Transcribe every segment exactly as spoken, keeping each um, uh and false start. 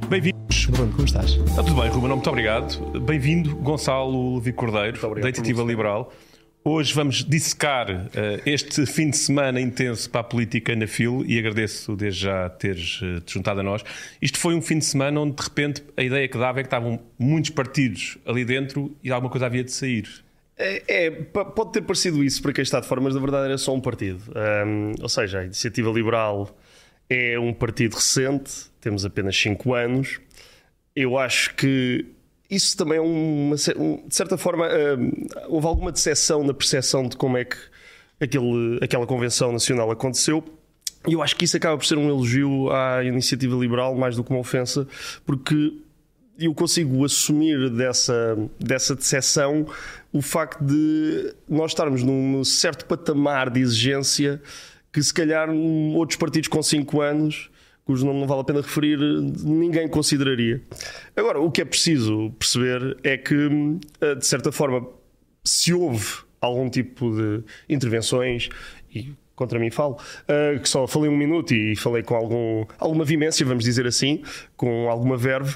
Bem-vindos. Bruno, como estás? Está tudo bem, Ruben, muito obrigado. Bem-vindo, Gonçalo Levi Cordeiro, da Iniciativa Liberal. Hoje vamos dissecar uh, este fim de semana intenso para a política na Filo e agradeço desde já teres uh, te juntado a nós. Isto foi um fim de semana onde de repente a ideia que dava é que estavam muitos partidos ali dentro e alguma coisa havia de sair. É, é, pode ter parecido isso para quem está de fora, mas na verdade era só um partido. Um, ou seja, a Iniciativa Liberal é um partido recente, temos apenas cinco anos. Eu acho que isso também é uma, de certa forma, um, houve alguma decepção na percepção de como é que aquele, aquela convenção nacional aconteceu. E eu acho que isso acaba por ser um elogio à Iniciativa Liberal mais do que uma ofensa, porque eu consigo assumir dessa, dessa decepção o facto de nós estarmos num certo patamar de exigência que se calhar outros partidos com cinco anos, cujo nome não vale a pena referir, ninguém consideraria. Agora, o que é preciso perceber é que, de certa forma, se houve algum tipo de intervenções, e contra mim falo, que só falei um minuto e falei com algum, alguma vimência, vamos dizer assim, com alguma verve,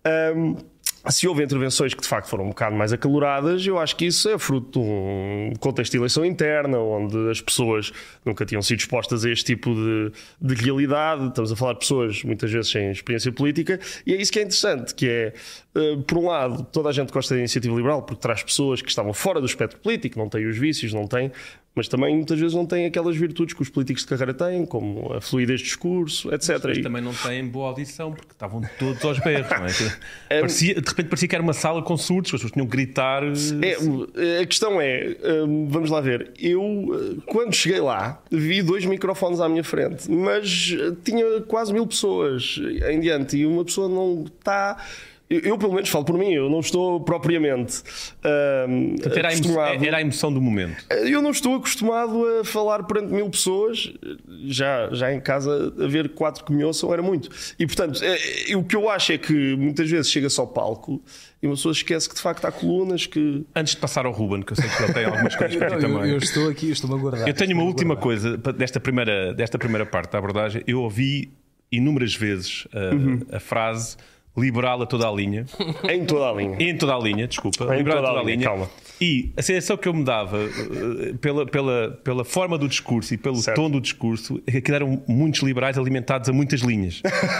se houve intervenções que de facto foram um bocado mais acaloradas, eu acho que isso é fruto de um contexto de eleição interna, onde as pessoas nunca tinham sido expostas a este tipo de, de realidade. Estamos a falar de pessoas muitas vezes sem experiência política, e é isso que é interessante, que é, por um lado, toda a gente gosta da Iniciativa Liberal porque traz pessoas que estavam fora do espectro político, não têm os vícios, não têm, mas também muitas vezes não têm aquelas virtudes que os políticos de carreira têm, como a fluidez de discurso, etcétera. Mas e também não têm boa audição, porque estavam todos aos berros, não é? Parecia, de repente parecia que era uma sala com surdos, as pessoas tinham que gritar. É, a questão é, vamos lá ver, eu quando cheguei lá vi dois microfones à minha frente, mas tinha quase mil pessoas em diante e uma pessoa não está... Eu, eu, pelo menos, falo por mim, eu não estou propriamente uh, era, acostumado... a emoção, era a emoção do momento. Eu não estou acostumado a falar perante mil pessoas. Já, já em casa, haver quatro que me ouçam era muito. E, portanto, é, o que eu acho é que muitas vezes chega-se ao palco e uma pessoa esquece que, de facto, há colunas que... Antes de passar ao Ruben, que eu sei que ele tem algumas coisas para ti também. Eu, eu estou aqui, eu estou-me a guardar. Eu tenho uma última coisa desta primeira, desta primeira parte da abordagem. Eu ouvi inúmeras vezes uh, uhum. a frase... liberal a toda a linha. Em toda a linha. Em toda a linha, desculpa. Em liberal toda a toda a linha. Calma. E a sensação que eu me dava pela, pela, pela forma do discurso e pelo certo. tom do discurso é que aquilo eram muitos liberais alimentados a muitas linhas.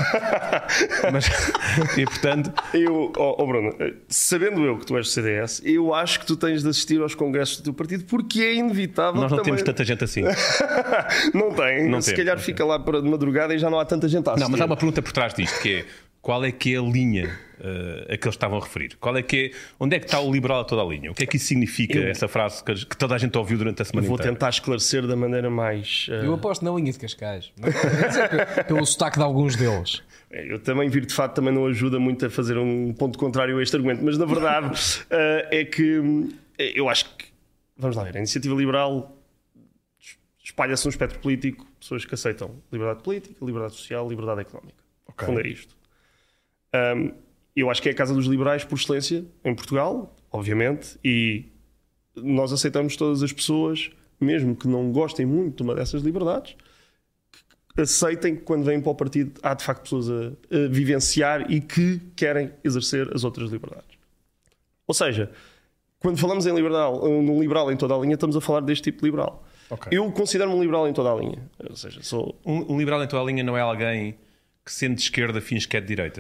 Mas, e portanto... Eu, oh, oh Bruno, sabendo eu que tu és do C D S, eu acho que tu tens de assistir aos congressos do teu partido porque é inevitável. Nós não também... temos tanta gente assim. Não tem. Não Se temos, calhar não fica tem. lá para de madrugada e já não há tanta gente a assistir. Não, mas há uma pergunta por trás disto que é: qual é que é a linha uh, a que eles estavam a referir? Qual é que é, onde é que está o liberal a toda a linha? O que é que isso significa, eu, essa frase que, que toda a gente ouviu durante a semana vou inteira? Vou tentar esclarecer da maneira mais... Uh... Eu aposto na linha de Cascais. Mas, pelo sotaque de alguns deles. Eu também vir de fato também não ajuda muito a fazer um ponto contrário a este argumento, mas na verdade uh, é que eu acho que, vamos lá ver, a Iniciativa Liberal espalha-se no espectro político, pessoas que aceitam liberdade política, liberdade social, liberdade económica. Okay. Fundo é isto. Um, eu acho que é a casa dos liberais por excelência em Portugal, obviamente, e nós aceitamos todas as pessoas, mesmo que não gostem muito de uma dessas liberdades, que aceitem que quando vêm para o partido há de facto pessoas a, a vivenciar e que querem exercer as outras liberdades. Ou seja, quando falamos em liberal, num liberal em toda a linha, estamos a falar deste tipo de liberal. Okay. Eu considero-me um liberal em toda a linha. Ou seja, sou... um, um liberal em toda a linha não é alguém que sendo de esquerda finge que é de direita.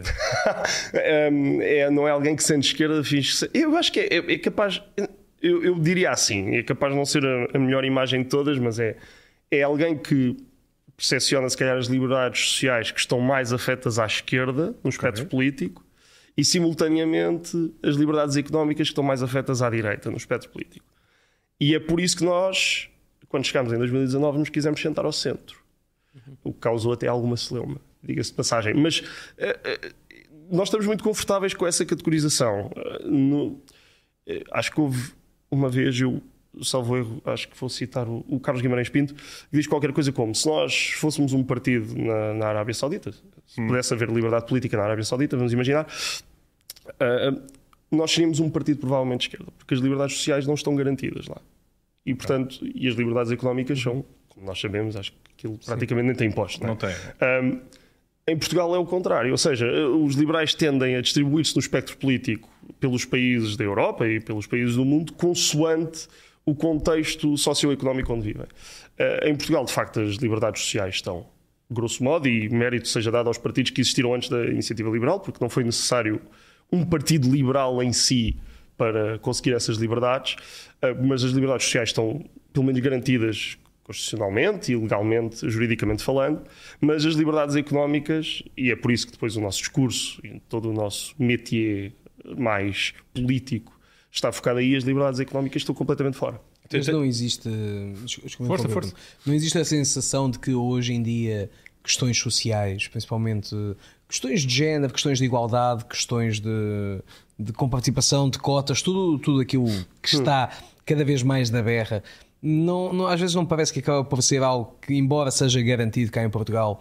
um, é, não é alguém que sendo de esquerda finge que... Eu acho que é, é, é capaz... Eu, eu diria assim, é capaz de não ser a, a melhor imagem de todas, mas é, é alguém que percepciona se calhar as liberdades sociais que estão mais afetas à esquerda, no espectro okay. político, e simultaneamente as liberdades económicas que estão mais afetas à direita, no espectro político. E é por isso que nós... quando chegámos em dois mil e dezanove, nos quisemos sentar ao centro. Uhum. O que causou até alguma celeuma, diga-se de passagem. Mas uh, uh, nós estamos muito confortáveis com essa categorização. Uh, no, uh, acho que houve uma vez, eu salvo erro, acho que vou citar o, o Carlos Guimarães Pinto, que diz qualquer coisa como: se nós fôssemos um partido na, na Arábia Saudita, se hum. pudesse haver liberdade política na Arábia Saudita, vamos imaginar, uh, nós seríamos um partido provavelmente de esquerda, porque as liberdades sociais não estão garantidas lá. E, portanto, e as liberdades económicas são, como nós sabemos, acho que aquilo praticamente Sim. nem tem imposto. Não, não é? tem. Um, Em Portugal é o contrário, ou seja, os liberais tendem a distribuir-se no espectro político pelos países da Europa e pelos países do mundo consoante o contexto socioeconómico onde vivem. Em Portugal, de facto, as liberdades sociais estão, grosso modo, e mérito seja dado aos partidos que existiram antes da Iniciativa Liberal, porque não foi necessário um partido liberal em si para conseguir essas liberdades, mas as liberdades sociais estão, pelo menos, garantidas constitucionalmente e legalmente, juridicamente falando, mas as liberdades económicas, e é por isso que depois o nosso discurso e todo o nosso métier mais político está focado aí, as liberdades económicas estão completamente fora. Mas não existe... Força, força. Não existe a sensação de que hoje em dia questões sociais, principalmente questões de género, questões de igualdade, questões de, de comparticipação, de cotas, tudo, tudo aquilo que está cada vez mais na berra, Não, não, às vezes não parece que acaba por ser algo que, embora seja garantido cá em Portugal,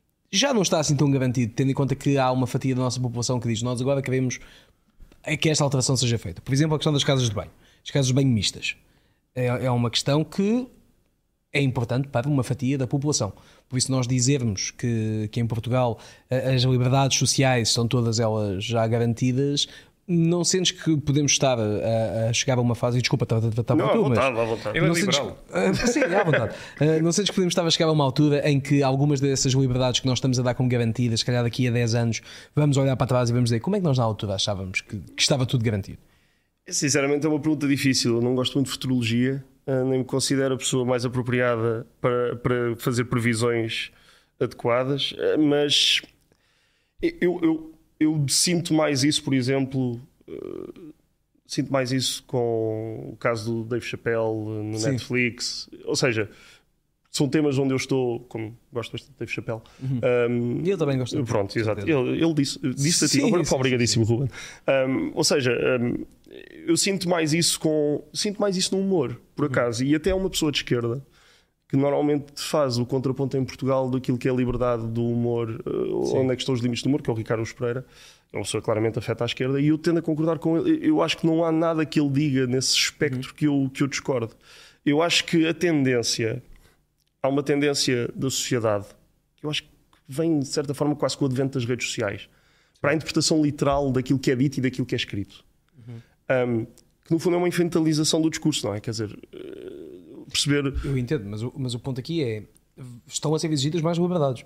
já não está assim tão garantido, tendo em conta que há uma fatia da nossa população que diz: nós agora queremos que esta alteração seja feita. Por exemplo, a questão das casas de banho, as casas de banho mistas, é, é uma questão que é importante para uma fatia da população. Por isso, nós dizermos que, que em Portugal as liberdades sociais estão todas elas já garantidas, não sentes que podemos estar a, a chegar a uma fase, e desculpa, estava a tratar por tu, mas... Não, à vontade, à vontade. Ele é liberal. Sentes, sim, à vontade. Uh, não sentes que podemos estar a chegar a uma altura em que algumas dessas liberdades que nós estamos a dar como garantidas, se calhar daqui a dez anos, vamos olhar para trás e vamos dizer: como é que nós na altura achávamos que, que estava tudo garantido? Sinceramente é uma pergunta difícil. Eu não gosto muito de futurologia, nem me considero a pessoa mais apropriada para, para fazer previsões adequadas, mas eu... eu Eu sinto mais isso, por exemplo, uh, sinto mais isso com o caso do Dave Chappelle no Sim. Netflix. Ou seja, são temas onde eu estou, como gosto bastante de Dave Chappelle. Uhum. Um, e eu também gosto. Pronto, exato. Ele, ele disse, disse a ti, sim, sim, obrigadíssimo, sim, sim. Ruben. Um, ou seja, um, eu sinto mais isso com, sinto mais isso no humor, por uhum. acaso, e até uma pessoa de esquerda que normalmente faz o contraponto em Portugal daquilo que é a liberdade do humor, uh, onde é que estão os limites do humor, que é o Ricardo Pereira, é uma pessoa claramente afeta à esquerda, e eu tendo a concordar com ele. Eu acho que não há nada que ele diga nesse espectro uhum. que, eu, que eu discordo. Eu acho que a tendência, há uma tendência da sociedade, que eu acho que vem de certa forma quase com o advento das redes sociais, para a interpretação literal daquilo que é dito e daquilo que é escrito. Uhum. Um, que no fundo é uma infantilização do discurso, não é? Quer dizer... Uh, perceber... Eu entendo, mas o, mas o ponto aqui é: estão a ser exigidas mais liberdades.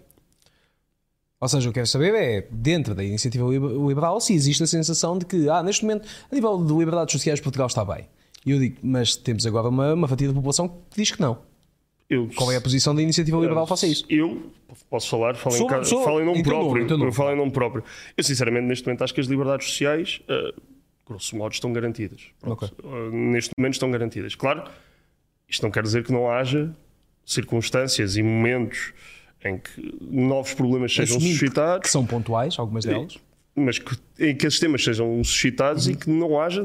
Ou seja, o que eu quero saber é, dentro da iniciativa liberal, se existe a sensação de que, ah, neste momento, a nível de liberdades sociais, Portugal está bem. E eu digo, mas temos agora uma, uma fatia da população que diz que não. Eu, Qual é a posição da iniciativa liberal face a isso? Eu posso falar, falo sou, em, sou, falo em nome então próprio. Não, então não. Eu falo em nome próprio. Eu, sinceramente, neste momento, acho que as liberdades sociais, uh, grosso modo, estão garantidas. Okay. Uh, neste momento estão garantidas. Claro, isto não quer dizer que não haja circunstâncias e momentos em que novos problemas sejam Assumindo suscitados. Que são pontuais, algumas delas. Mas que, em que esses temas sejam suscitados uhum. e que não haja,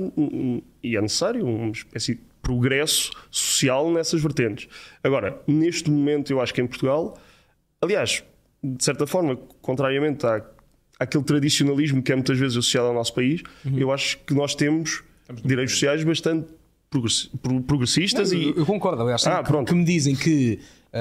e é necessário, uma espécie de progresso social nessas vertentes. Agora, neste momento, eu acho que em Portugal, aliás, de certa forma, contrariamente à, àquele tradicionalismo que é muitas vezes associado ao nosso país, uhum. eu acho que nós temos direitos sociais bastante progressistas. Não, e... Eu concordo, aliás, ah, que, que me dizem que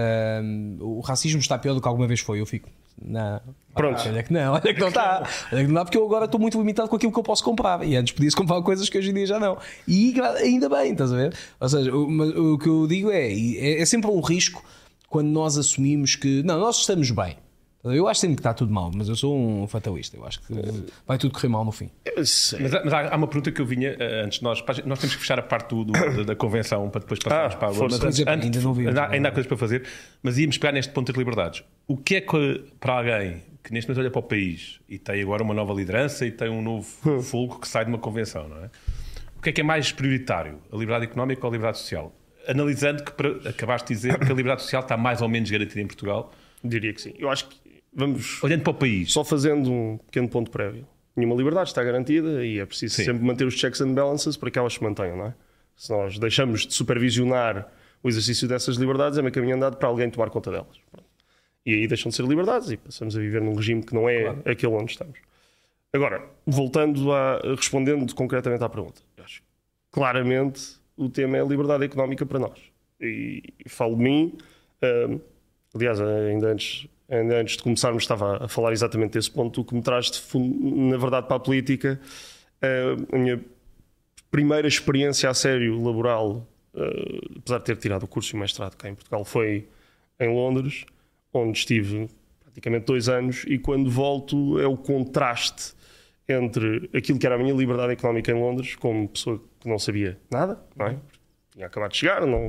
uh, o racismo está pior do que alguma vez foi. Eu fico, não, pronto. Ah, olha que não, olha que não está, olha que não dá, porque eu agora estou muito limitado com aquilo que eu posso comprar, e antes podia-se comprar coisas que hoje em dia já não, e ainda bem, estás a ver? Ou seja, o, o que eu digo é, é, é sempre um risco quando nós assumimos que não, nós estamos bem. Eu acho sempre que está tudo mal, mas eu sou um fatalista. Eu acho que vai tudo correr mal no fim. Mas, mas há, há uma pergunta que eu vinha antes de nós. Nós temos que fechar a parte do, do, da, da convenção para depois passarmos ah, para a outra. Mas antes, ainda não vi. Ainda, ainda há coisas para fazer, mas íamos pegar neste ponto das liberdades. O que é que, para alguém que neste momento olha para o país e tem agora uma nova liderança e tem um novo hum. fulgo que sai de uma convenção, não é? O que é que é mais prioritário? A liberdade económica ou a liberdade social? Analisando que para, acabaste de dizer que a liberdade social está mais ou menos garantida em Portugal. Diria que sim. Eu acho que vamos, olhando para o país, só fazendo um pequeno ponto prévio. Nenhuma liberdade está garantida e é preciso Sim. sempre manter os checks and balances para que elas se mantenham, não é? Se nós deixamos de supervisionar o exercício dessas liberdades, é meio caminho andado para alguém tomar conta delas. Pronto. E aí deixam de ser liberdades e passamos a viver num regime que não é claro. aquele onde estamos. Agora, voltando a respondendo concretamente à pergunta, eu acho que claramente o tema é a liberdade económica para nós. E, e falo de mim, uh, aliás, ainda antes ainda antes de começarmos estava a falar exatamente desse ponto, o que me traz de fundo, na verdade para a política, a minha primeira experiência a sério laboral, apesar de ter tirado o curso e o mestrado cá em Portugal, foi em Londres, onde estive praticamente dois anos, e quando volto é o contraste entre aquilo que era a minha liberdade económica em Londres, como pessoa que não sabia nada, não é? Tinha acabado de chegar, não,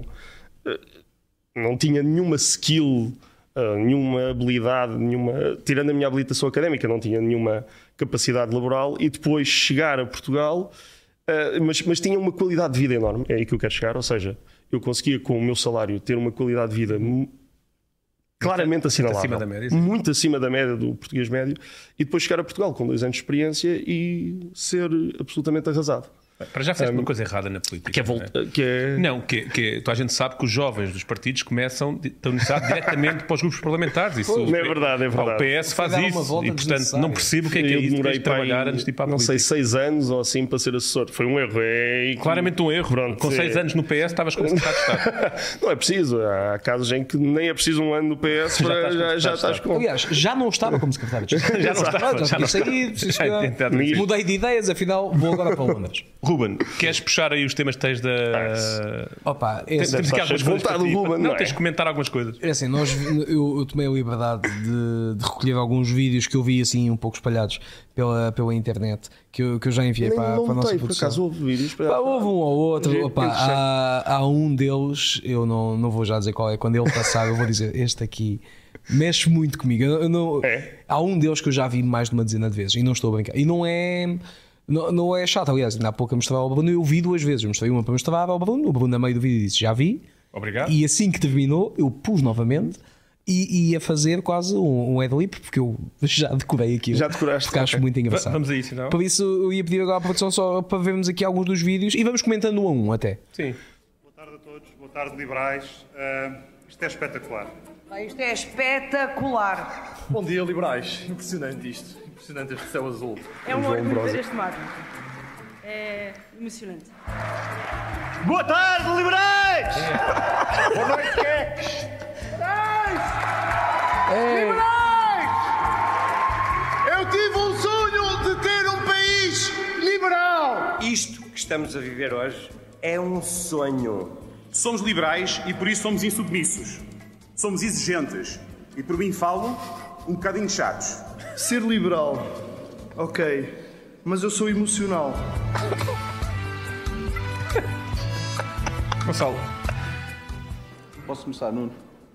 não tinha nenhuma skill, nenhuma habilidade, nenhuma, tirando a minha habilitação académica, não tinha nenhuma capacidade laboral, e depois chegar a Portugal, mas, mas tinha uma qualidade de vida enorme, é aí que eu quero chegar, ou seja, eu conseguia com o meu salário ter uma qualidade de vida claramente assinalável, acima da média, muito acima da média do português médio, e depois chegar a Portugal com dois anos de experiência e ser absolutamente arrasado. Para já fizeste um, uma coisa errada na política. Que é, volta, não, é? Que é... não que, que toda a gente sabe que os jovens dos partidos começam estão iniciados diretamente para os grupos parlamentares. Isso, não é verdade, é verdade. O P S faz isso e, portanto, não percebo o que é que é isso de trabalhar antes de ir para a não política. Não sei, seis anos ou assim para ser assessor. Foi um erro. É... Claramente um erro. Pronto, com seis é... anos no P S estavas como secretário de Estado. Não é preciso. Há casos em que nem é preciso um ano no P S para já, já estás com... Aliás, já não estava como secretário de Estado. Já não estava. Já não saí, mudei de ideias, afinal vou agora para Londres. Ruben, queres puxar aí os temas que tens da... Opa, é tens, temos aqui algumas coisas para ti. Ruben, não, não é? Tens de comentar algumas coisas. É assim, nós, eu, eu tomei a liberdade de, de recolher alguns vídeos que eu vi assim um pouco espalhados pela, pela internet, que eu, que eu já enviei Nem, para, não para a nossa tem, produção. Por acaso houve vídeos? Para... Pá, houve um ou outro. Opa, há, há um deles, eu não, não vou já dizer qual é, quando ele passar eu vou dizer, este aqui mexe muito comigo. Eu, eu não, é? Há um deles que eu já vi mais de uma dezena de vezes e não estou a brincar. E não é... Não, não é chato, aliás, ainda há pouco eu mostrava ao Bruno, eu vi duas vezes, eu mostrei uma para mostrar ao Bruno, o Bruno na meio do vídeo disse, já vi. Obrigado. E assim que terminou, eu pus novamente e ia fazer quase um, um ad-lib, porque eu já decorei aquilo. Já decoraste. Porque acho muito engraçado. Vamos a isso, não? Por isso eu ia pedir agora à produção só para vermos aqui alguns dos vídeos e vamos comentando um a um até. Sim. Boa tarde a todos, boa tarde liberais. Uh, isto é espetacular. Isto é espetacular. Bom dia, liberais. Impressionante isto. Impressionante este céu azul. É um orgulho ver este mar. É emocionante. Boa tarde, liberais! É. Boa noite, queques! É. Liberais! Eu tive um sonho de ter um país liberal! Isto que estamos a viver hoje é um sonho. Somos liberais e por isso somos insubmissos. Somos exigentes e por mim falo um bocadinho chatos. Ser liberal, ok, mas eu sou emocional. Gonçalo. Posso começar, Nuno?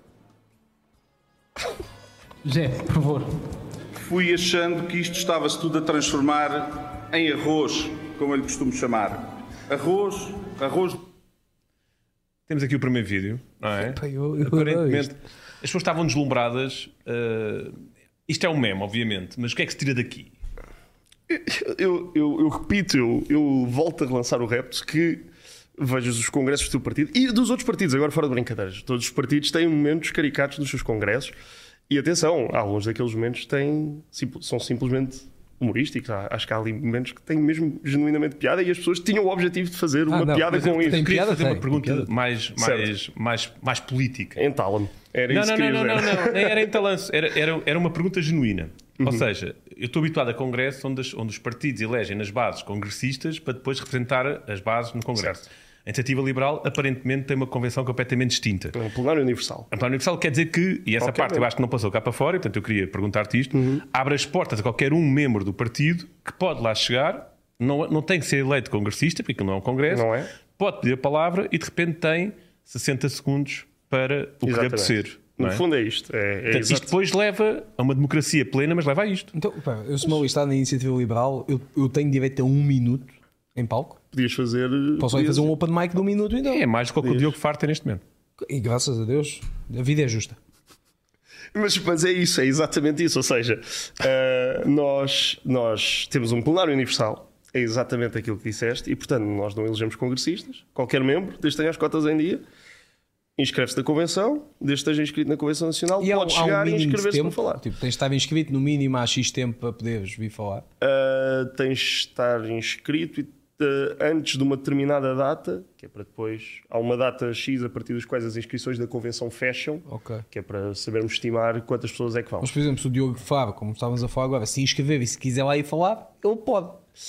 Jé, por favor. Fui achando que isto estava-se tudo a transformar em arroz, como eu lhe costumo chamar. Arroz, arroz... Temos aqui o primeiro vídeo, não é? Pai, eu, eu Aparentemente, as pessoas estavam deslumbradas. Uh, isto é um meme, obviamente, mas o que é que se tira daqui? Eu, eu, eu repito, eu, eu volto a relançar o repto que vejo os congressos do teu partido e dos outros partidos, agora fora de brincadeiras. Todos os partidos têm momentos caricatos nos seus congressos e atenção, alguns daqueles momentos têm, são simplesmente humorísticos. Acho que há ali momentos que têm mesmo genuinamente piada e as pessoas tinham o objetivo de fazer uma ah, não, piada com isso. Tem queria piada, fazer tem, uma pergunta piada. mais, mais, mais, mais política. Entala-me. Era não, isso não, que não, não, dizer. não, não, nem era entalanço. Era, era, era uma pergunta genuína. Uhum. Ou seja, eu estou habituado a congressos onde, onde os partidos elegem nas bases congressistas para depois representar as bases no congresso. Certo. A Iniciativa Liberal aparentemente tem uma convenção completamente distinta. É um plenário universal. Um plenário universal quer dizer que, e essa okay, parte bem. eu acho que não passou cá para fora, e portanto eu queria perguntar-te isto, uhum. abre as portas a qualquer um membro do partido que pode lá chegar, não, não tem que ser eleito congressista, porque aquilo não é um congresso, não é? Pode pedir a palavra e de repente tem sessenta segundos para o que lhe apetecer. No é? fundo é isto. É, é portanto, isto depois leva a uma democracia plena, mas leva a isto. Então, pá, eu sou uma listada na Iniciativa Liberal, eu, eu tenho direito a um minuto em palco. Podias fazer... Posso aí fazer um open mic de um minuto então? É mais do que o que o Diogo Faro tem neste momento. E graças a Deus, a vida é justa. Mas, mas é isso, é exatamente isso. Ou seja, uh, nós, nós temos um plenário universal, é exatamente aquilo que disseste, e portanto nós não elegemos congressistas. Qualquer membro, desde que tenha as cotas em dia, inscreve-se na convenção, desde que esteja inscrito na Convenção Nacional, e pode há, chegar há um e inscrever-se para falar. Tipo, tens de estar inscrito no mínimo há X tempo para poderes vir falar? Uh, tens de estar inscrito e antes de uma determinada data, que é para depois, há uma data X a partir das quais as inscrições da convenção fecham, Ok. que é para sabermos estimar quantas pessoas é que vão. Mas, por exemplo, se o Diogo Faro, como estávamos a falar agora, se inscrever e se quiser lá ir falar, ele pode.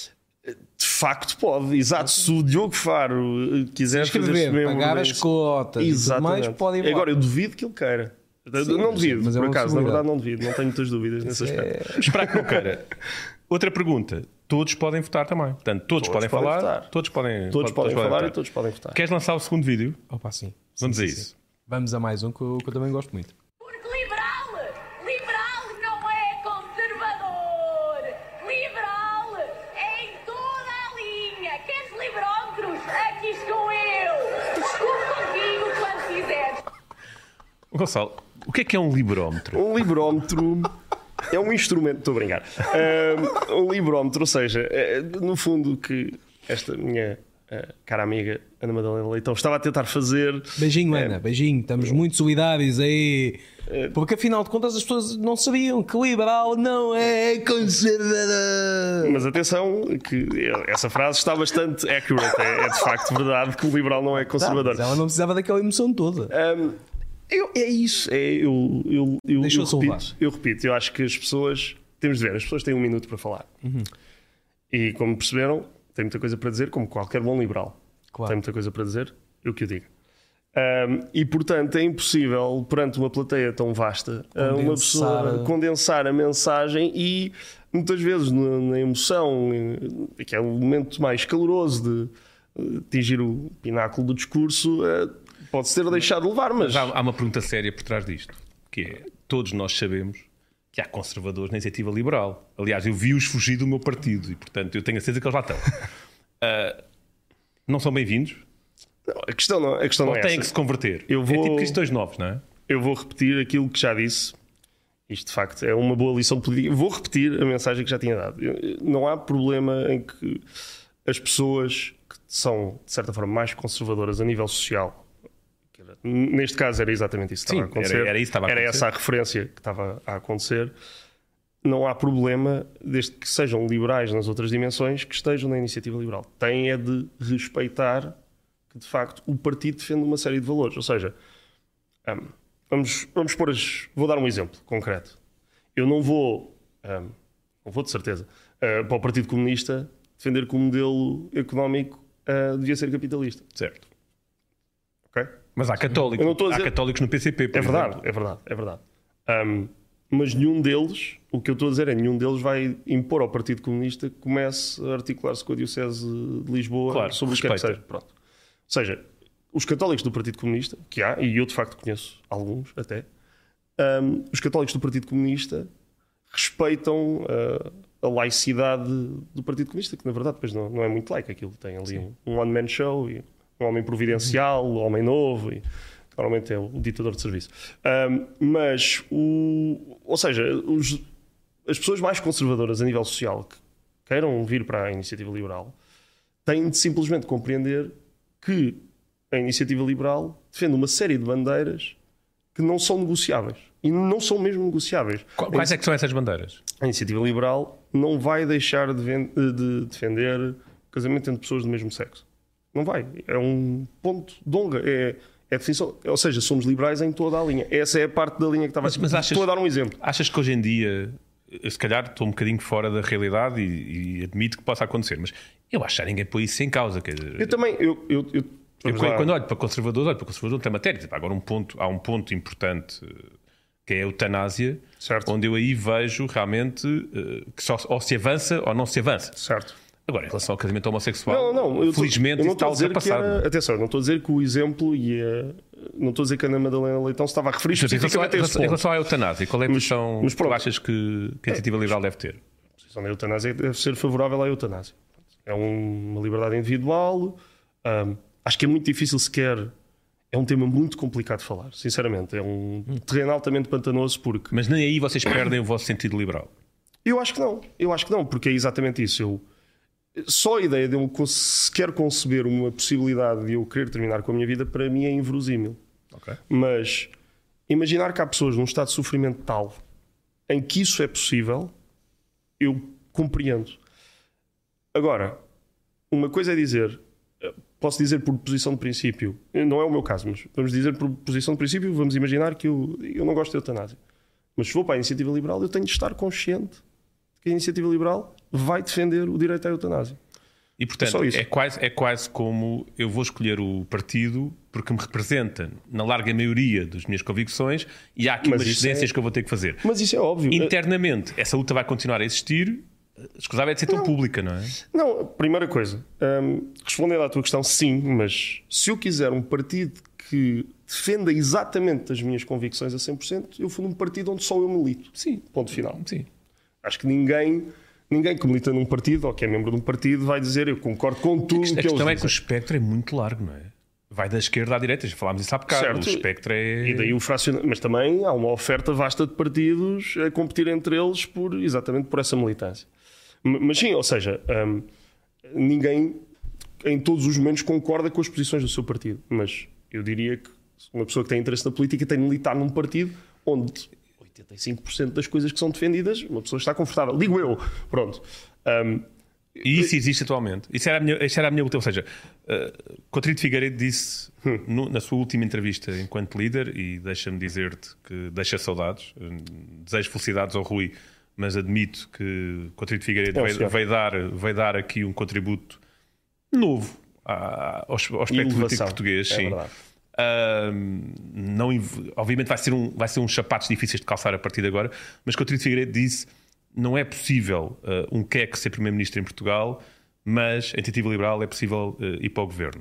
De facto pode, exato. Se o Diogo Faro quiser Inscrever, fazer pagar as cotas e tudo mais, pode ir lá. Agora, eu duvido que ele queira. Sim, não duvido, mas é por uma acaso, na possibilidade. verdade não duvido, não tenho muitas dúvidas nesse aspecto. Esperar que não queira. Outra pergunta. Todos podem votar também. Portanto, todos, Todos podem, podem falar, votar. todos podem, Todos pode- podem falar votar. e todos podem votar. Queres lançar o segundo vídeo? Opa, sim. Vamos Sim, a sim, isso. sim. Vamos a mais um que eu, que eu também gosto muito. Porque liberal, liberal não é conservador. Liberal é em toda a linha. Queres liberómetros? Aqui estou eu. Discuto contigo quando quiseres. Gonçalo, o que é que é um liberómetro? Um liberómetro é um instrumento, estou a brincar. Um, um liberómetro, ou seja, é, no fundo, que esta minha uh, cara amiga Ana Madalena Leitão estava a tentar fazer. Beijinho, É. Ana, beijinho. Estamos muito solidários aí. Porque afinal de contas as pessoas não sabiam que liberal não é conservador. Mas atenção, que essa frase está bastante accurate. É, é de facto verdade que o liberal não é conservador. Mas ela não precisava daquela emoção toda. Um, eu- é isso. É, eu, eu, eu, eu, Deixou-se levar. repito, eu repito, eu acho que as pessoas. Temos de ver, as pessoas têm um minuto para falar. Uhum. E como perceberam, tem muita coisa para dizer, como qualquer bom liberal. Claro. Tem muita coisa para dizer, eu que o digo. Um, e portanto é impossível, perante uma plateia tão vasta, uh, uma Condensar pessoa a- condensar a mensagem e muitas vezes na, na emoção, eh, que é o momento mais caloroso de eh, atingir o pináculo do discurso, uh, pode ser deixado levar, mas Mas há, há uma pergunta séria por trás disto, que é, todos nós sabemos que há conservadores na iniciativa liberal. Aliás, eu vi-os fugir do meu partido e, portanto, eu tenho a certeza que eles lá estão. Uh, não são bem-vindos? não, a questão não, a questão Ou não é têm essa. que se converter? Eu vou- É tipo cristãos novos, não é? Eu vou repetir aquilo que já disse. Isto de facto é uma boa lição de política. Vou repetir a mensagem que já tinha dado. Eu- Não há problema em que as pessoas que são, de certa forma, mais conservadoras a nível social, que era- neste caso era exatamente isso que Sim, estava a acontecer. era- era isso que estava a Era acontecer. essa a referência que estava a acontecer. Não há problema, desde que sejam liberais nas outras dimensões, que estejam na iniciativa liberal. Têm é de respeitar que, de facto, o partido defende uma série de valores. Ou seja, hum, vamos, vamos pôr as... Vou dar um exemplo concreto. Eu não vou, hum, não vou de certeza, uh, para o Partido Comunista defender que o modelo económico uh, devia ser capitalista. Certo. Ok? Mas há católicos, Eu não estou a há dizer- católicos no P C P, por É verdade, exemplo. é verdade, é verdade. Um, mas nenhum deles, o que eu estou a dizer é nenhum deles vai impor ao Partido Comunista que comece a articular-se com a Diocese de Lisboa Claro, sobre o que é que respeita. seja. Pronto. Ou seja, os católicos do Partido Comunista, que há, e eu de facto conheço alguns até, um, os católicos do Partido Comunista respeitam uh, a laicidade do Partido Comunista, que na verdade depois não, não é muito laico aquilo. Tem ali um, um one-man show, e um homem providencial, um homem novo, e normalmente é o ditador de serviço. Um, mas, o, ou seja, os, as pessoas mais conservadoras a nível social que queiram vir para a iniciativa liberal têm de simplesmente compreender que a iniciativa liberal defende uma série de bandeiras que não são negociáveis. E não são mesmo negociáveis. Qu- Quais é que são essas bandeiras? A iniciativa liberal não vai deixar de, ven- de defender o casamento entre pessoas do mesmo sexo. Não vai. É um ponto de honra. É, é definição. Ou seja, somos liberais em toda a linha. Essa é a parte da linha que estava Mas- mas achas- Estou a dar um exemplo. Achas que hoje em dia, eu, se calhar estou um bocadinho fora da realidade e, e admito que possa acontecer, mas eu acho que já ninguém põe isso em causa. Quer dizer, Eu também. Eu, eu, eu, eu, vamos lá. quando olho para conservadores, olho para conservadores, tem matéria. Tipo, agora um ponto, há um ponto importante eh, que é a eutanásia, Certo. onde eu aí vejo realmente eh, que só ou se avança ou não se avança. Certo. Agora, em relação ao casamento homossexual, Não, não. Eu tô- felizmente eu não isso está estou a dizer que ultrapassado. era, atenção, eu não estou a dizer que o exemplo e a, não estou a dizer que a Ana Madalena Leitão se estava a referir Em relação, especificamente a esse em ponto. relação à eutanásia, qual é a posição mas que tu pronto. achas que, que a iniciativa liberal deve ter? A posição da eutanásia deve ser favorável à eutanásia. É um- uma liberdade individual. hum, acho que é muito difícil sequer. É um tema muito complicado de falar, sinceramente. É um terreno altamente pantanoso porque. Mas nem aí vocês perdem o vosso sentido liberal. Eu acho que não. Eu acho que não, porque é exatamente isso. Eu, só a ideia de eu cons- sequer conceber uma possibilidade de eu querer terminar com a minha vida, para mim é inverosímil. Ok. Mas imaginar que há pessoas num estado de sofrimento tal em que isso é possível, eu compreendo. Agora, uma coisa é dizer, posso dizer por posição de princípio, não é o meu caso, mas vamos dizer por posição de princípio, vamos imaginar que eu, eu não gosto de eutanásia. Mas se vou para a Iniciativa Liberal, eu tenho de estar consciente de que a Iniciativa Liberal vai defender o direito à eutanásia. E portanto, é, é, quase, é quase como eu vou escolher o partido porque me representa na larga maioria das minhas convicções e há aqui mas umas cedências é... que eu vou ter que fazer. Mas isso é óbvio. Internamente, essa luta vai continuar a existir. Escusava é de ser tão não. pública, não é? Não, primeira coisa, hum, respondendo à tua questão, sim, mas se eu quiser um partido que defenda exatamente as minhas convicções a cem por cento, eu fundo um partido onde só eu milito. Sim. Ponto final. Sim. Acho que ninguém... Ninguém que milita num partido ou que é membro de um partido vai dizer eu concordo com tudo o que eles dizem. A questão é que o espectro é muito largo, não é? Vai da esquerda à direita, já falámos isso há bocado. Certo. O espectro é... E daí o fracionamento. Mas também há uma oferta vasta de partidos a competir entre eles por, exatamente por essa militância. Mas sim, ou seja, hum, ninguém em todos os momentos concorda com as posições do seu partido. Mas eu diria que uma pessoa que tem interesse na política tem de militar num partido onde... oitenta e cinco por cento das coisas que são defendidas, uma pessoa está confortável. Digo eu. Pronto. Um, e isso existe atualmente. Isso era a minha, isso era a minha luta. Ou seja, uh, Coutinho de Figueiredo disse hum. no, na sua última entrevista enquanto líder, e deixa-me dizer-te que deixa saudades, desejo felicidades ao Rui, mas admito que Coutinho de Figueiredo é vai, vai, dar, vai dar aqui um contributo novo ao, ao aspecto político português. É sim. Verdade. Uh, não, obviamente vai ser, um, vai ser uns sapatos difíceis de calçar a partir de agora, mas Coutinho de Figueiredo disse não é possível uh, um queque ser primeiro-ministro em Portugal, mas a Iniciativa Liberal é possível uh, ir para o governo.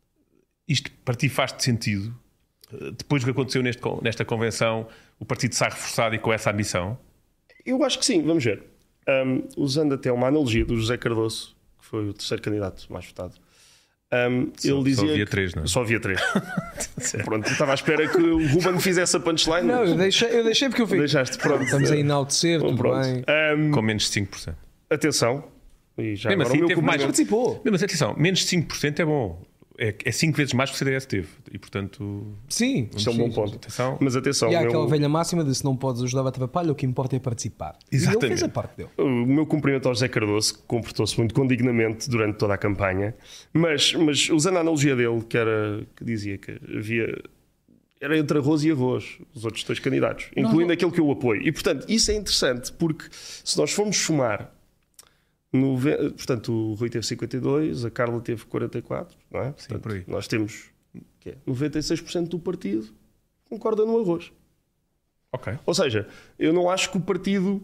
Isto para ti faz-te sentido? Uh, depois do que aconteceu neste, nesta convenção, o partido sai reforçado e com essa ambição? Eu acho que sim, vamos ver. Um, usando até uma analogia do José Cardoso, que foi o terceiro candidato mais votado. Um, só, ele dizia só havia três, não é? Só havia três. Pronto, eu estava à espera que o Ruben fizesse a punchline. Não, eu deixei, eu deixei porque eu fico. Deixaste, pronto. Estamos a enaltecer, tudo pronto. bem. Um, com menos de cinco por cento. Atenção. E já mesmo agora assim, o meu teve mais. Participou. Mesmo assim, atenção, menos de cinco por cento é bom. É, é cinco vezes mais que o C D S teve. E portanto. Sim, isto é um sim, bom ponto. Atenção. Mas atenção. E há meu... aquela velha máxima de se não podes ajudar a bater palha, o que importa é participar. Exatamente. E ele fez a parte dele. O meu cumprimento ao José Cardoso, que comportou-se muito condignamente durante toda a campanha, mas, mas usando a analogia dele, que, era, que dizia que havia. Era entre arroz e arroz, os outros dois candidatos, incluindo não. aquele que eu apoio. E portanto, isso é interessante, porque se nós formos somar. No, portanto, o Rui teve cinquenta e dois, a Carla teve quarenta e quatro, não é? Sim, portanto, por aí. Nós temos que é, noventa e seis por cento do partido concorda no arroz. Ok. Ou seja, eu não acho que o partido.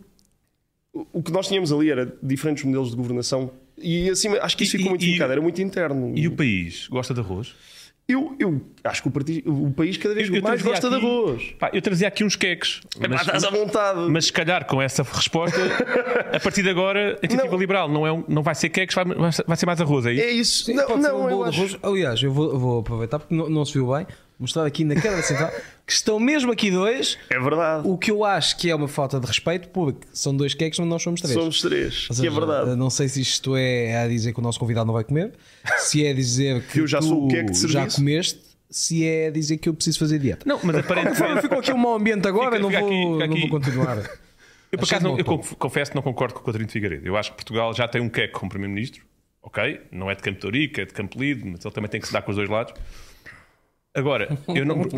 O que nós tínhamos ali era diferentes modelos de governação e assim, acho que isso e, ficou muito indicado, era muito interno. E o país gosta de arroz? Eu, eu acho que o, partido, o país cada vez eu, eu mais gosta aqui, de arroz. Pá, eu trazia aqui uns queques. É, mas, estás à vontade. Mas se calhar com essa resposta, a partir de agora, a Iniciativa não. Liberal não, é um, não vai ser queques, vai, vai ser mais arroz, é isso? É isso. Sim, não, pode não, ser um bolo eu de arroz. acho... Aliás, eu vou, vou aproveitar porque não, não se viu bem. Mostrar aqui na câmara central que estão mesmo aqui dois. É verdade. O que eu acho que é uma falta de respeito, porque são dois queques, mas nós somos três. Somos três, seja, que é verdade. Não sei se isto é a dizer que o nosso convidado não vai comer, se é dizer que eu já tu sou o queque de já serviço. comeste, se é dizer que eu preciso fazer dieta. Não, mas aparentemente ficou aqui um mau ambiente agora, fica, não, fica vou, aqui, fica não vou continuar. Eu, por acaso, não, eu confesso que não concordo com o Coutinho de Figueiredo. Eu acho que Portugal já tem um queque como Primeiro-Ministro, ok? Não é de Campo de Ourique, é de Campo Lido, mas ele também tem que se dar com os dois lados. Agora, eu não.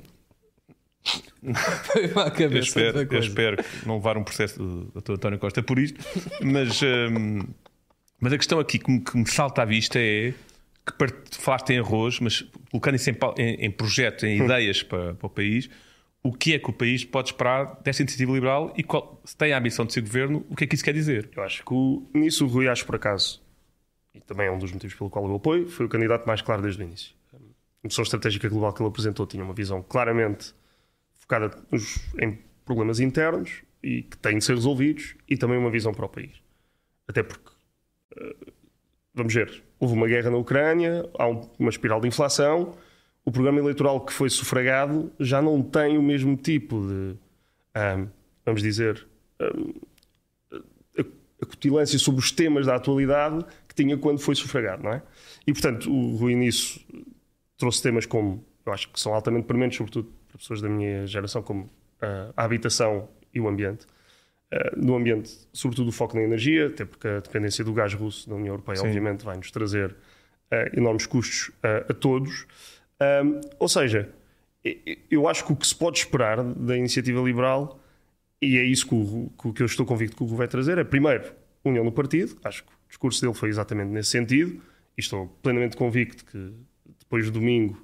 Foi uma cabeça eu, espero, eu espero que não levar um processo do doutor António Costa por isto, mas, hum, mas a questão aqui que me, que me salta à vista é que falaste em arroz, mas colocando isso em, em, em projetos, em ideias para, para o país, o que é que o país pode esperar desta Iniciativa Liberal e qual, se tem a ambição de ser governo, o que é que isso quer dizer? Eu acho que o, nisso o Rui, acho por acaso, e também é um dos motivos pelo qual eu o apoio, foi o candidato mais claro desde o início. A Missão Estratégica Global que ele apresentou tinha uma visão claramente focada nos, em problemas internos e que têm de ser resolvidos e também uma visão para o país. Até porque, uh, vamos ver, houve uma guerra na Ucrânia, há um, uma espiral de inflação, o programa eleitoral que foi sufragado já não tem o mesmo tipo de, um, vamos dizer, um, acutilância sobre os temas da atualidade que tinha quando foi sufragado, não é? E, portanto, o Rui nisso trouxe temas como, eu acho que são altamente prementes, sobretudo para pessoas da minha geração, como uh, a habitação e o ambiente. uh, no ambiente, sobretudo o foco na energia, até porque a dependência do gás russo da União Europeia, Sim. obviamente, vai nos trazer uh, enormes custos uh, a todos. Um, ou seja, eu acho que o que se pode esperar da iniciativa liberal, e é isso que, o, que eu estou convicto que o Rui vai trazer, é primeiro, união no partido. Acho que o discurso dele foi exatamente nesse sentido, e estou plenamente convicto que depois de domingo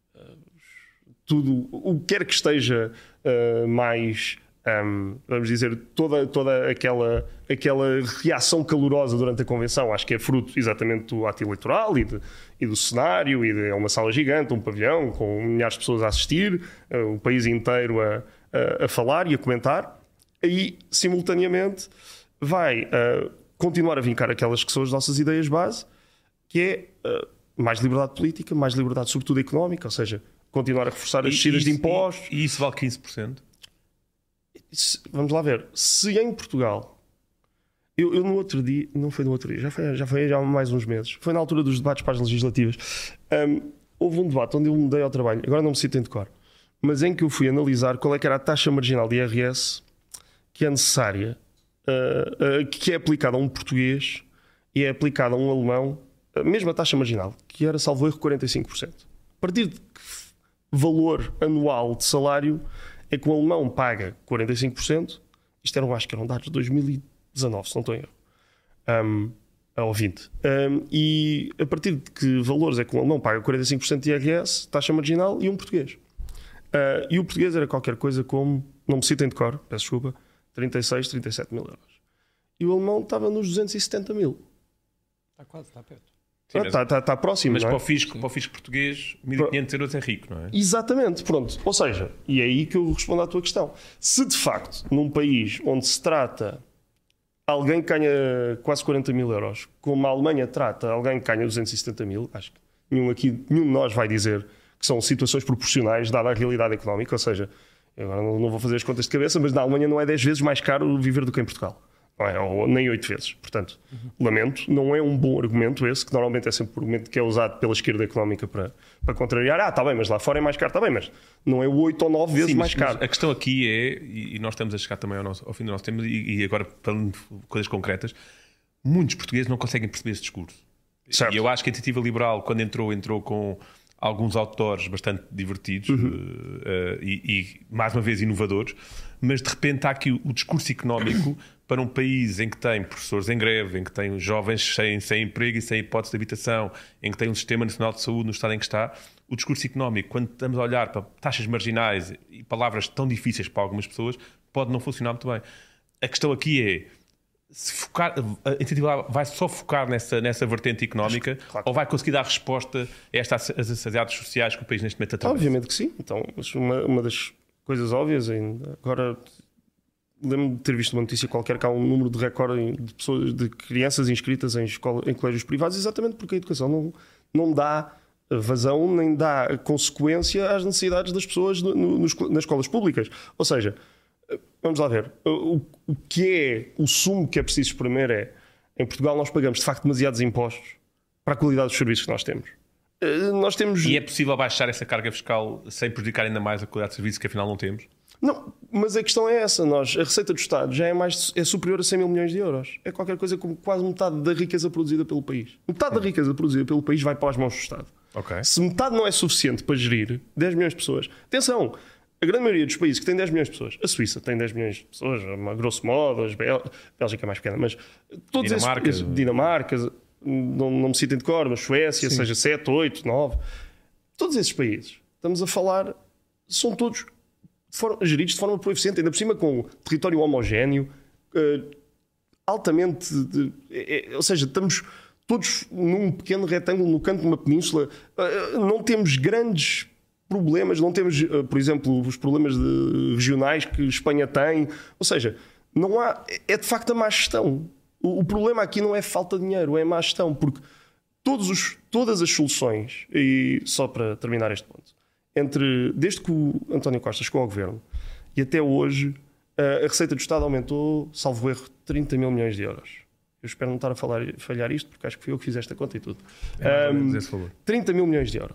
tudo, o que quer que esteja uh, mais, um, vamos dizer, toda, toda aquela, aquela reação calorosa durante a convenção, acho que é fruto exatamente do ato eleitoral e, de, e do cenário, e de, é uma sala gigante, um pavilhão com milhares de pessoas a assistir, uh, o país inteiro a, a, a falar e a comentar. Aí, simultaneamente, vai uh, continuar a vincar aquelas que são as nossas ideias base, que é uh, mais liberdade política, mais liberdade sobretudo económica, ou seja, continuar a reforçar as descidas de impostos. E, e isso vale quinze por cento? Vamos lá ver. Se em Portugal, eu, eu no outro dia, não foi no outro dia, já foi, já foi já há mais uns meses, foi na altura dos debates para as legislativas, um, houve um debate onde eu me dei ao trabalho, agora não me cito em decor, mas em que eu fui analisar qual é que era a taxa marginal de I R S que é necessária, uh, uh, que é aplicada a um português e é aplicada a um alemão, a mesma taxa marginal, que era, salvo erro, quarenta e cinco por cento. A partir de que valor anual de salário é que o alemão paga quarenta e cinco por cento, isto eram, acho que eram dados de dois mil e dezanove, se não estou em erro, um, ou vinte. Um, e a partir de que valores é que o alemão paga quarenta e cinco por cento de I R S, taxa marginal, e um português. Uh, e o português era qualquer coisa como, não me citem de cor, peço desculpa, trinta e seis, trinta e sete mil euros. E o alemão estava nos duzentos e setenta mil. Está quase, está perto. Está ah, tá, tá, tá próximo. Mas não é? para, o fisco, para o fisco português, mil e quinhentos euros é rico, não é? Exatamente, pronto. Ou seja, e é aí que eu respondo à tua questão. Se de facto, num país onde se trata alguém que ganha quase quarenta mil euros, como a Alemanha trata alguém que ganha duzentos e setenta mil, acho que nenhum, aqui, nenhum de nós vai dizer que são situações proporcionais, dada a realidade económica. Ou seja, eu agora não, não vou fazer as contas de cabeça, mas na Alemanha não é dez vezes mais caro viver do que em Portugal. Não é? Ou nem oito vezes. Portanto, uhum. lamento, não é um bom argumento esse, que normalmente é sempre um argumento que é usado pela esquerda económica para, para contrariar. Ah, está bem, mas lá fora é mais caro. Está bem, mas não é oito ou nove vezes Sim, mais mas, caro. Mas a questão aqui é, e nós estamos a chegar também ao, nosso, ao fim do nosso tema, e, e agora falando de coisas concretas, muitos portugueses não conseguem perceber esse discurso. Certo. E eu acho que a iniciativa liberal, quando entrou, entrou com alguns autores bastante divertidos uhum. uh, e, e, mais uma vez, inovadores, mas de repente há aqui o, o discurso económico para um país em que tem professores em greve, em que tem jovens sem, sem emprego e sem hipótese de habitação, em que tem um sistema nacional de saúde no estado em que está. O discurso económico, quando estamos a olhar para taxas marginais e palavras tão difíceis para algumas pessoas, pode não funcionar muito bem. A questão aqui é, se focar, a iniciativa vai só focar nessa, nessa vertente económica, claro, ou vai conseguir dar resposta a estas necessidades sociais que o país neste momento atravessa? Obviamente que sim. Então, uma, uma das coisas óbvias, ainda agora lembro-me de ter visto uma notícia qualquer que há um número de recorde de pessoas, de crianças inscritas em, escola, em colégios privados, exatamente porque a educação não, não dá vazão nem dá consequência às necessidades das pessoas no, no, nas escolas públicas. Ou seja, vamos lá ver, o, o que é o sumo que é preciso espremer é, em Portugal nós pagamos de facto demasiados impostos para a qualidade dos serviços que nós temos. Nós temos... E é possível baixar essa carga fiscal sem prejudicar ainda mais a qualidade de serviço que afinal não temos? Não, mas a questão é essa. Nós, a receita do Estado já é, mais, é superior a cem mil milhões de euros. É qualquer coisa como quase metade da riqueza produzida pelo país. Metade da riqueza produzida pelo país vai para as mãos do Estado. Okay. Se metade não é suficiente para gerir dez milhões de pessoas... Atenção, a grande maioria dos países que têm dez milhões de pessoas, a Suíça tem dez milhões de pessoas, a grosso modo, a Bél... Bélgica é mais pequena, mas todos Dinamarca, esses... Dinamarca, não, não me citem de cor, mas Suécia, Sim. seja sete, oito, nove... Todos esses países, estamos a falar, são todos... De forma, geridos de forma por eficiente, ainda por cima com território homogéneo, uh, altamente... De, é, é, ou seja, estamos todos num pequeno retângulo no canto de uma península, uh, não temos grandes problemas, não temos, uh, por exemplo, os problemas de, regionais que Espanha tem. Ou seja, não há, é de facto a má gestão. O, o problema aqui não é falta de dinheiro, é a má gestão, porque todos os, todas as soluções, e só para terminar este ponto, Entre, desde que o António Costa chegou ao governo e até hoje, a receita do Estado aumentou, salvo erro, trinta mil milhões de euros. Eu espero não estar a falar, falhar isto, porque acho que fui eu que fiz esta conta e tudo. É um, esse valor. trinta mil milhões de euros.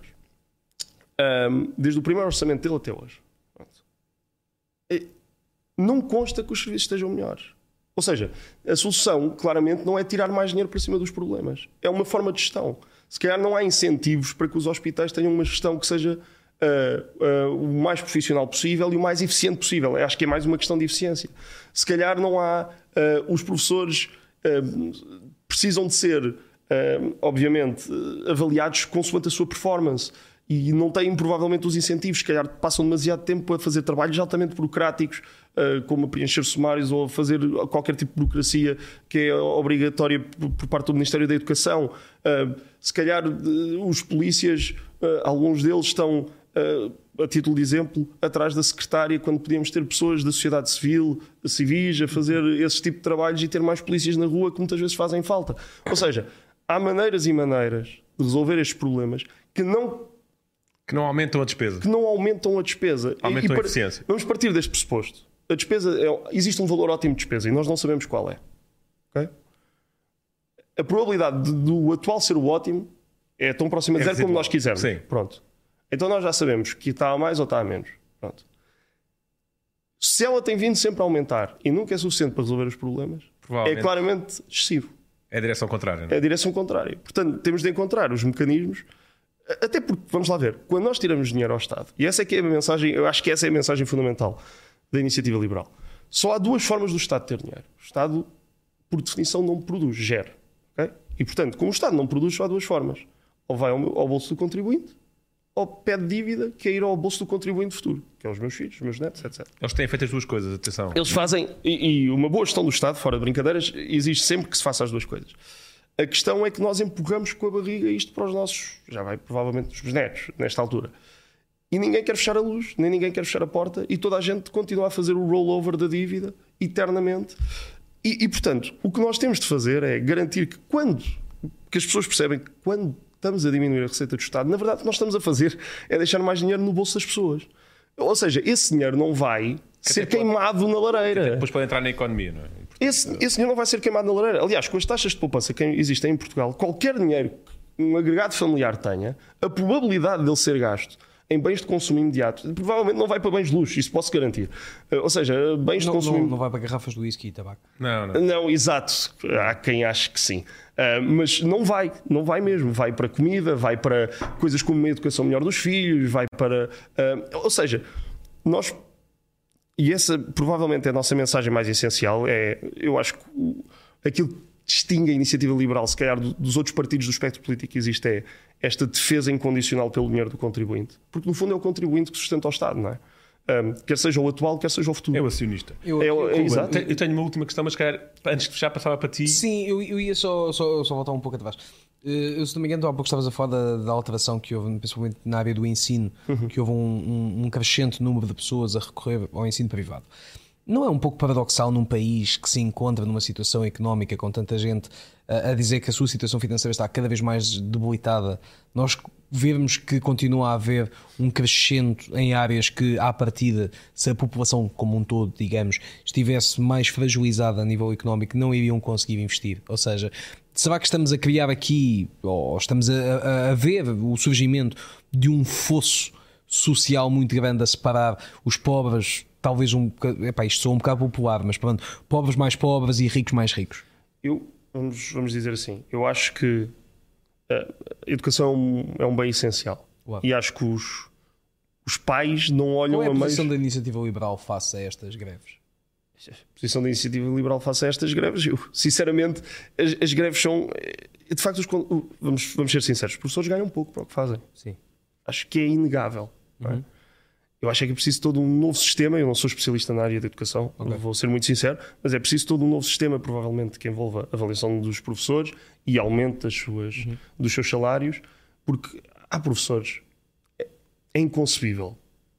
Um, desde o primeiro orçamento dele até hoje. Não consta que os serviços estejam melhores. Ou seja, a solução claramente não é tirar mais dinheiro para cima dos problemas. É uma forma de gestão. Se calhar não há incentivos para que os hospitais tenham uma gestão que seja uh, uh, o mais profissional possível e o mais eficiente possível. Eu acho que é mais uma questão de eficiência. Se calhar não há... Uh, os professores uh, precisam de ser, uh, obviamente, uh, avaliados consoante a sua performance. E não têm provavelmente os incentivos, se calhar passam demasiado tempo a fazer trabalhos altamente burocráticos, como a preencher sumários ou a fazer qualquer tipo de burocracia que é obrigatória por parte do Ministério da Educação. Se calhar os polícias, alguns deles estão, a título de exemplo, atrás da secretária, quando podíamos ter pessoas da sociedade civil, civis, a fazer esse tipo de trabalhos e ter mais polícias na rua que muitas vezes fazem falta. Ou seja, há maneiras e maneiras de resolver estes problemas que não... Que não aumentam a despesa. Que não aumentam a despesa. Aumentam e, e a eficiência. Vamos partir deste pressuposto. A despesa é, existe um valor ótimo de despesa e nós não sabemos qual é. Okay? A probabilidade de, do atual ser o ótimo é tão próxima de É zero como residual. nós quisermos. Sim. Pronto. Então nós já sabemos que está a mais ou está a menos. Pronto. Se ela tem vindo sempre a aumentar e nunca é suficiente para resolver os problemas, é claramente excessivo. É a direção contrária. Não é? É a direção contrária. Portanto, temos de encontrar os mecanismos. Até porque, vamos lá ver, quando nós tiramos dinheiro ao Estado, e essa é que é a mensagem, eu acho que essa é a mensagem fundamental da iniciativa liberal. Só há duas formas do Estado ter dinheiro. O Estado, por definição, não produz, gera. Okay? E, portanto, como o Estado não produz, só há duas formas. Ou vai ao, meu, ao bolso do contribuinte, ou pede dívida, que é ir ao bolso do contribuinte futuro, que é os meus filhos, os meus netos, etcétera. Eles têm feito as duas coisas, atenção. Eles fazem, e, e uma boa gestão do Estado, fora de brincadeiras, exige sempre que se faça as duas coisas. A questão é que nós empurramos com a barriga isto para os nossos, já vai provavelmente os netos, nesta altura. E ninguém quer fechar a luz, nem ninguém quer fechar a porta, e toda a gente continua a fazer o rollover da dívida, eternamente. E, e portanto, o que nós temos de fazer é garantir que quando, que as pessoas percebem que quando estamos a diminuir a receita do Estado, na verdade o que nós estamos a fazer é deixar mais dinheiro no bolso das pessoas. Ou seja, esse dinheiro não vai ser queimado na lareira. Depois pode entrar na economia, não é? Esse, esse dinheiro não vai ser queimado na lareira. Aliás, com as taxas de poupança que existem em Portugal, qualquer dinheiro que um agregado familiar tenha, a probabilidade dele ser gasto em bens de consumo imediato provavelmente não vai para bens de luxo, isso posso garantir. Ou seja, bens não, de consumo... Não, não vai para garrafas de whisky e tabaco. Não, não. Não, exato. Há quem ache que sim. Uh, mas não vai, não vai mesmo. Vai para comida, vai para coisas como uma educação melhor dos filhos, vai para... Uh, ou seja, nós... E essa provavelmente é a nossa mensagem mais essencial. É, eu acho que o, aquilo que distingue a iniciativa liberal, se calhar, dos outros partidos do espectro político que existe, é esta defesa incondicional pelo dinheiro do contribuinte. Porque, no fundo, é o contribuinte que sustenta o Estado, não é? Um, quer seja o atual, quer seja o futuro. É o acionista. Eu, é, eu, é, eu, exato. Eu tenho uma última questão, mas se calhar, antes de fechar, passava para ti. Sim, eu, eu ia só, só, só voltar um pouco atrás. Eu, se não me engano, há pouco estavas a falar da, da alteração que houve, principalmente na área do ensino, uhum. que houve um, um, um crescente número de pessoas a recorrer ao ensino privado. Não é um pouco paradoxal num país que se encontra numa situação económica com tanta gente a, a dizer que a sua situação financeira está cada vez mais debilitada, nós vermos que continua a haver um crescimento em áreas que, à partida, se a população como um todo, digamos, estivesse mais fragilizada a nível económico, não iriam conseguir investir? Ou seja, será que estamos a criar aqui, ou estamos a, a, a ver o surgimento de um fosso social muito grande a separar os pobres, talvez um bocado, epá, isto soa um bocado popular, mas pronto, pobres mais pobres e ricos mais ricos? Eu, vamos, vamos dizer assim, eu acho que a educação é um bem essencial. Uau. E acho que os, os pais não olham a mais... Qual é a posição meios... da iniciativa liberal face a estas greves? A posição da iniciativa liberal face a estas greves, eu, sinceramente, as, as greves são... De facto, os, vamos, vamos ser sinceros, os professores ganham pouco para o que fazem. Sim. Acho que é inegável. Uhum. Não é? Eu acho que é preciso todo um novo sistema. Eu não sou especialista na área da educação, okay. Vou ser muito sincero, mas é preciso todo um novo sistema, provavelmente, que envolva a avaliação dos professores e aumento das suas, uhum. dos seus salários, porque há professores. É, é inconcebível.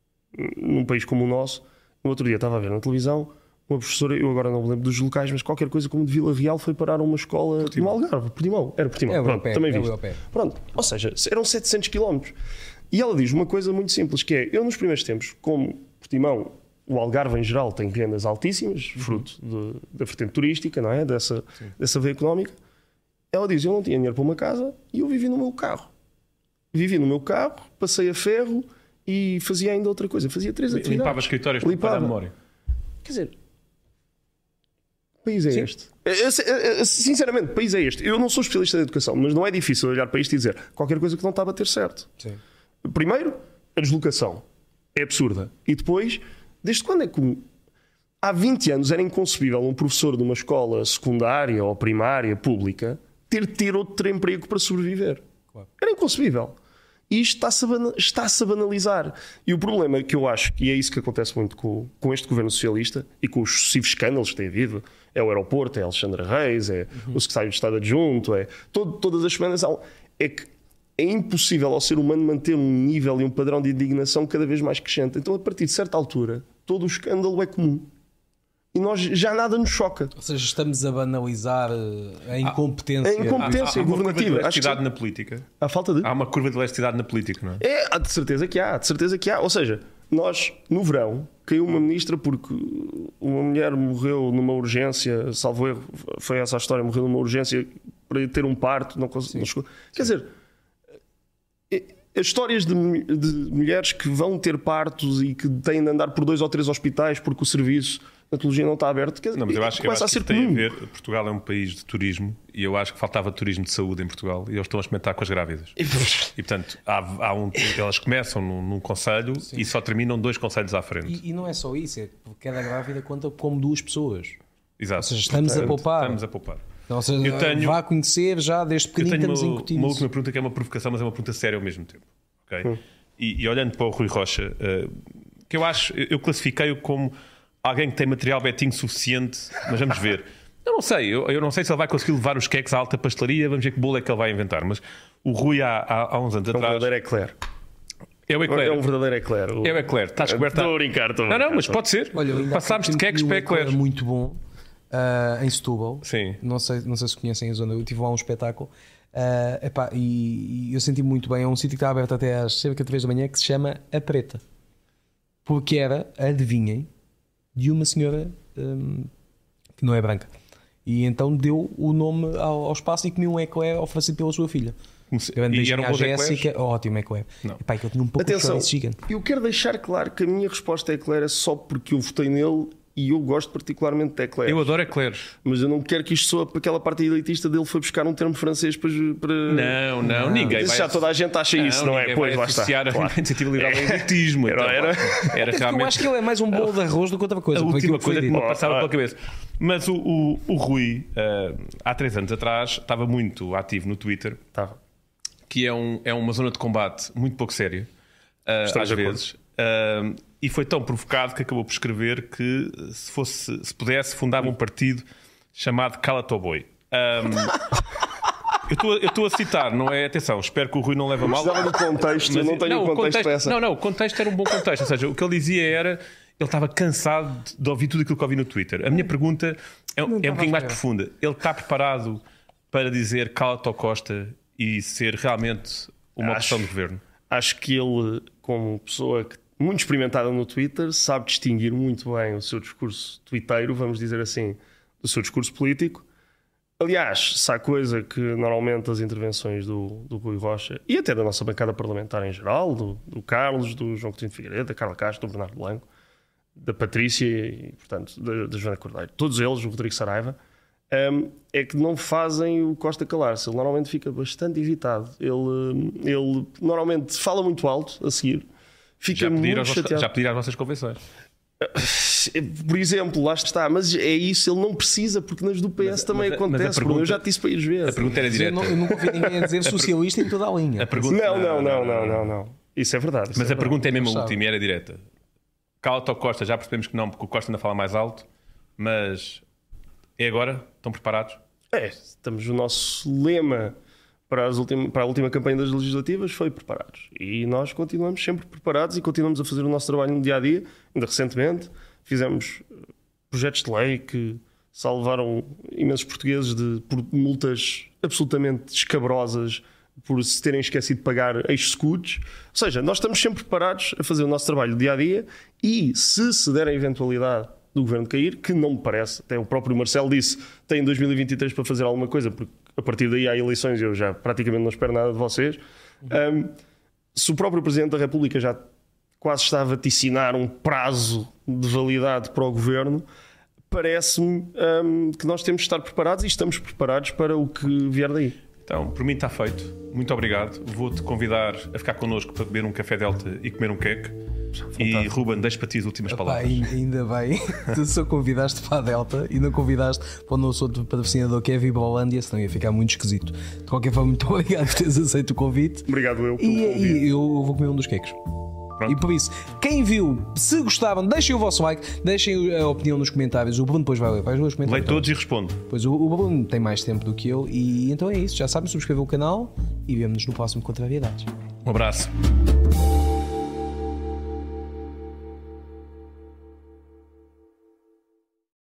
Num país como o nosso, no outro dia estava a ver na televisão uma professora, eu agora não me lembro dos locais, mas qualquer coisa como de Vila Real foi parar a uma escola no Algarve, Portimão. Era Portimão, é pronto, europeu, também é vi. Pronto, ou seja, eram setecentos quilómetros. E ela diz uma coisa muito simples, que é, eu nos primeiros tempos, como Portimão, o Algarve em geral tem rendas altíssimas, uhum. fruto de, da vertente turística, não é? Dessa, dessa veia económica. Ela diz, eu não tinha dinheiro para uma casa e eu vivi no meu carro. Vivi no meu carro, passei a ferro e fazia ainda outra coisa. Fazia três atividades. Limpava escritórios para a memória. Quer dizer, país é Sim. este? Sinceramente, país é este? Eu não sou especialista de educação, mas não é difícil olhar para isto e dizer qualquer coisa que não está a bater certo. Sim. Primeiro, a deslocação é absurda. E depois, desde quando é que há vinte anos era inconcebível um professor de uma escola secundária ou primária pública ter de ter outro emprego para sobreviver? Claro. Era inconcebível. E isto está-se a, está-se a banalizar. E o problema que eu acho, e é isso que acontece muito com, com este governo socialista e com os sucessivos escândalos que tem havido, é o aeroporto, é Alexandre Reis, é uhum. o secretário de Estado adjunto, é todo, todas as semanas, é que é impossível ao ser humano manter um nível e um padrão de indignação cada vez mais crescente. Então, a partir de certa altura, todo o escândalo é comum. E nós já nada nos choca. Ou seja, estamos a banalizar a incompetência, a incompetência há, há, há governativa. Há uma curva de elasticidade na política. Há falta de? Há uma curva de elasticidade na política, não é? É, há de certeza que há, de certeza que há. Ou seja, nós, no verão, caiu uma ministra porque uma mulher morreu numa urgência, salvo erro, foi essa a história, morreu numa urgência para ter um parto, não conseguiu. Quer dizer, as histórias de, de mulheres que vão ter partos e que têm de andar por dois ou três hospitais porque o serviço de patologia não está aberto, quer dizer, não, mas eu acho, começa eu acho a ser que tem comum. a ver. Portugal é um país de turismo e eu acho que faltava turismo de saúde em Portugal e eles estão a experimentar com as grávidas. E portanto, há, há um, elas começam num, num concelho Sim. e só terminam dois concelhos à frente. E, e não é só isso, é porque cada grávida conta como duas pessoas. Exato. Ou seja, estamos portanto, a poupar. Estamos a poupar. Ou seja, eu tenho, vá conhecer já desde pequenino estamos a incutir uma última pergunta que é uma provocação, mas é uma pergunta séria ao mesmo tempo. Okay? Hum. E, e olhando para o Rui Rocha, uh, que eu acho, eu classifiquei-o como alguém que tem material betinho suficiente, mas vamos ver. Eu não sei, eu, eu não sei se ele vai conseguir levar os queques à alta pastelaria, vamos ver que bolo é que ele vai inventar. Mas o Rui há, há, há uns anos é um atrás. verdadeiro eclair. É o eclair. É um verdadeiro eclair. É o eclair. Está descoberto. Estou a brincar, estou a brincar. Não, não, mas pode ser. Olha, passámos de queques para eclair. Muito bom uh, em Setúbal. Sim. Não sei, não sei se conhecem a zona. Eu tive lá um espetáculo. Uh, epá, e, e eu senti muito bem. É um sítio que está aberto até às cerca de três da manhã que se chama A Preta. Porque era, adivinhem, de uma senhora um, que não é branca. E então deu o nome ao, ao espaço e comia um eclair oferecido pela sua filha. Se, Grande e eram a Jéssica. Oh, ótimo eclair. Epá, que eu tinha um pouco Atenção, de gigante. Eu quero deixar claro que a minha resposta a eclair é só porque eu votei nele e eu gosto particularmente de eclairs. Eu adoro eclairs. Mas eu não quero que isto soe para aquela parte elitista dele foi buscar um termo francês para... para... Não, não, não, ninguém Isso vai... já toda a gente acha não, isso, não é? Pois, lá está. associar claro. a iniciativa liberal ao elitismo. Era, então, era. era realmente... Eu acho que ele é mais um bolo de arroz do que outra coisa. A última coisa que me passava ah, pela cabeça. Mas o, o, o Rui, uh, há três anos atrás, estava muito ativo no Twitter, Estava. que é, um, é uma zona de combate muito pouco séria, uh, às vezes. Uh, e foi tão provocado que acabou por escrever que se, fosse, se pudesse fundava um partido chamado Cala-te Boi. Um, eu estou a citar, não é? Atenção, espero que o Rui não leve a mal. Precisava do contexto, mas, eu não tenho não, o contexto, contexto para essa. Não, não, o contexto era um bom contexto. Ou seja, o que ele dizia era ele estava cansado de ouvir tudo aquilo que ouvi no Twitter. A minha pergunta é, é um bocadinho mais profunda. Ele está preparado para dizer cala-te ao Costa e ser realmente uma acho, opção do governo? Acho que ele, como pessoa que muito experimentada no Twitter, sabe distinguir muito bem o seu discurso twitteiro, vamos dizer assim, do seu discurso político. Aliás, se há coisa que normalmente as intervenções do, do Rui Rocha e até da nossa bancada parlamentar em geral, do, do Carlos, do João Coutinho de Figueiredo, da Carla Castro, do Bernardo Blanco, da Patrícia e, portanto, da, da Joana Cordeiro, todos eles, o Rodrigo Saraiva, um, é que não fazem o Costa calar-se. Ele normalmente fica bastante irritado. Ele, ele normalmente fala muito alto a seguir. Fica já pedir muito chateado. Já pedir às vossas convenções. Por exemplo, lá está, mas é isso, ele não precisa, porque nas do P S mas, também mas, acontece. Mas pergunta, eu já te disse para ir ver. A pergunta era direta. Eu, não, eu nunca ouvi ninguém a dizer socialista em toda a linha. A pergunta, não, não, não, não, não, não. Isso é verdade. Isso mas é a verdade. pergunta é mesmo a última e era direta. Cala-te ao Costa, já percebemos que não, porque o Costa ainda fala mais alto, mas é agora? Estão preparados? É, estamos no nosso lema para, as ultima, para a última campanha das legislativas, foi preparados. E nós continuamos sempre preparados e continuamos a fazer o nosso trabalho no dia-a-dia. Ainda recentemente fizemos projetos de lei que salvaram imensos portugueses de, por multas absolutamente escabrosas por se terem esquecido de pagar ex-scudos. Ou seja, nós estamos sempre preparados a fazer o nosso trabalho dia-a-dia e se se der a eventualidade do governo cair, que não me parece, até o próprio Marcelo disse, tem dois mil e vinte e três para fazer alguma coisa, porque a partir daí há eleições e eu já praticamente não espero nada de vocês. Uhum. Um, se o próprio Presidente da República já quase está a vaticinar um prazo de validade para o governo, parece-me um, que nós temos de estar preparados e estamos preparados para o que vier daí. Então, por mim está feito. Muito obrigado. Vou-te convidar a ficar connosco para beber um café Delta e comer um queque. E Ruben, deixo para ti as últimas Epá, palavras. Ainda bem, tu só convidaste para a Delta e não convidaste para o nosso outro patrocinador que é a Vibrolândia, senão ia ficar muito esquisito. De qualquer forma, muito obrigado por teres aceito o convite. Obrigado eu pelo e, convite. E eu vou comer um dos queques. Pronto. E por isso, quem viu, se gostaram, deixem o vosso like, deixem a opinião nos comentários. O Bruno depois vai ler, vai ler os comentários. Leio todos e respondo. Pois o, o Bruno tem mais tempo do que eu. E então é isso, já sabem, subscrevam o canal e vemo-nos no próximo Contrariedades. Um abraço.